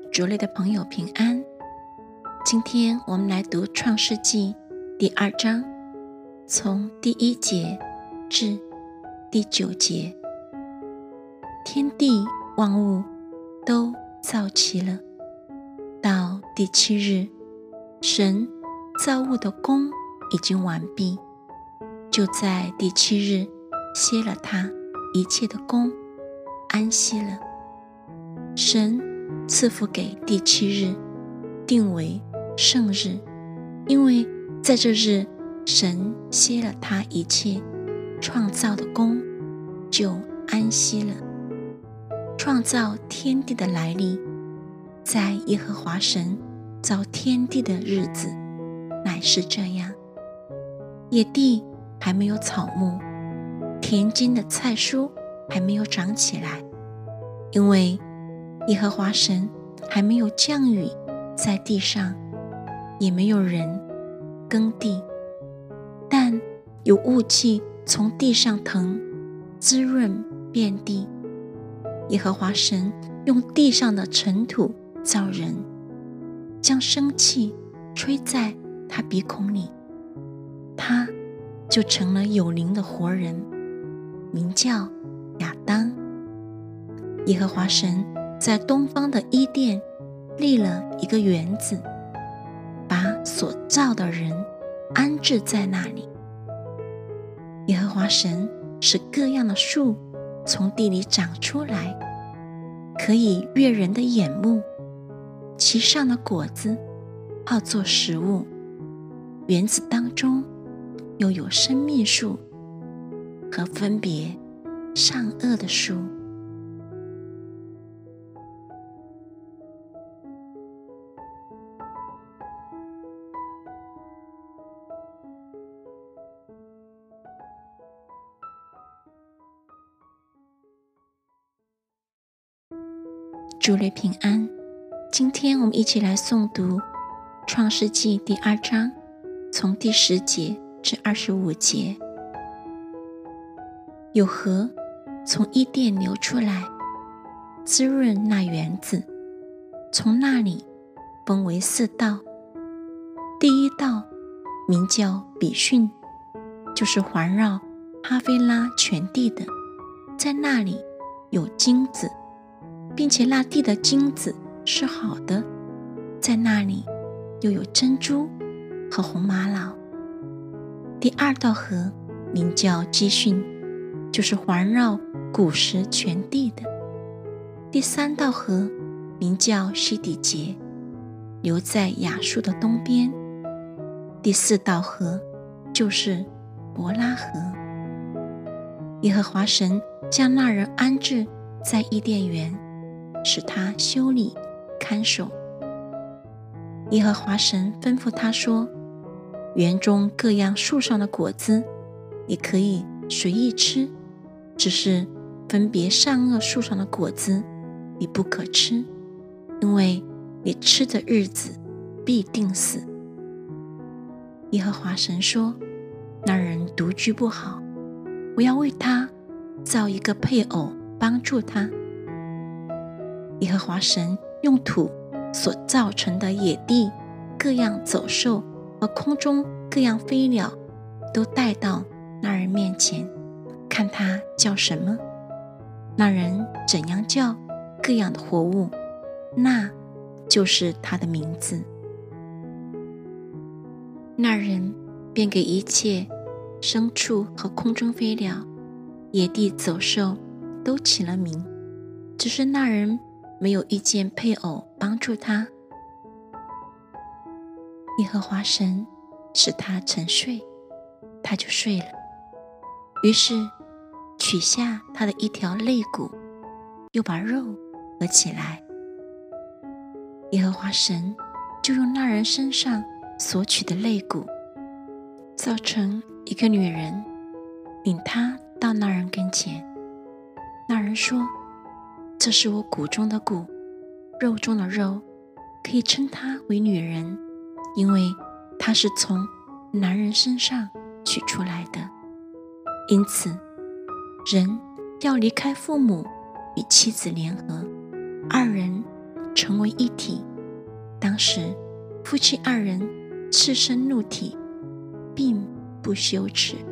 主内的朋友平安。今天我们来读创世纪第2章，从第1节至第9节。天地万物都造齐了，到第7日，神造物的工已经完毕，就在第7日歇了他一切的工，安息了。神赐福给第7日，定为圣日，因为在这日神歇了他一切创造的工，就安息了。创造天地的来历，在耶和华神造天地的日子乃是这样：野地还没有草木，田间的菜蔬还没有长起来，因为耶和华神还没有降雨在地上，也没有人耕地，但有雾气从地上腾，滋润遍地。耶和华神用地上的尘土造人，将生气吹在他鼻孔里，他就成了有灵的活人，名叫亚当。耶和华神在东方的伊甸立了一个园子，把所造的人安置在那里。耶和华神使各样的树从地里长出来，可以悦人的眼目，其上的果子好做食物。园子当中又有生命树和分别善恶的树。主内平安。今天我们一起来诵读创世纪第2章，从第10节至25节。有河从伊甸流出来，滋润那园子，从那里分为4道。第一道名叫比逊，就是环绕哈菲拉全地的，在那里有金子，并且那地的金子是好的，在那里又有珍珠和红玛瑙。第二道河名叫基训，就是环绕古时全地的。第3道河名叫西底结，流在亚述的东边。第4道河就是伯拉河。耶和华神将那人安置在伊甸园，使他修理看守。耶和华神吩咐他说：园中各样树上的果子你可以随意吃，只是分别善恶树上的果子你不可吃，因为你吃的日子必定死。耶和华神说：那人独居不好，我要为他造一个配偶帮助他。耶和华神用土所造成的野地各样走兽和空中各样飞鸟都带到那人面前，看他叫什么。那人怎样叫各样的活物，那就是他的名字。那人便给一切牲畜和空中飞鸟、野地走兽都起了名，只是那人没有遇见配偶帮助他。耶和华神使他沉睡，他就睡了。于是取下他的一条肋骨，又把肉合起来。耶和华神就用那人身上所取的肋骨，造成一个女人，领他到那人跟前。那人说：这是我骨中的骨，肉中的肉，可以称她为女人，因为她是从男人身上取出来的。因此人要离开父母，与妻子联合，二人成为一体。当时夫妻二人赤身露体，并不羞耻。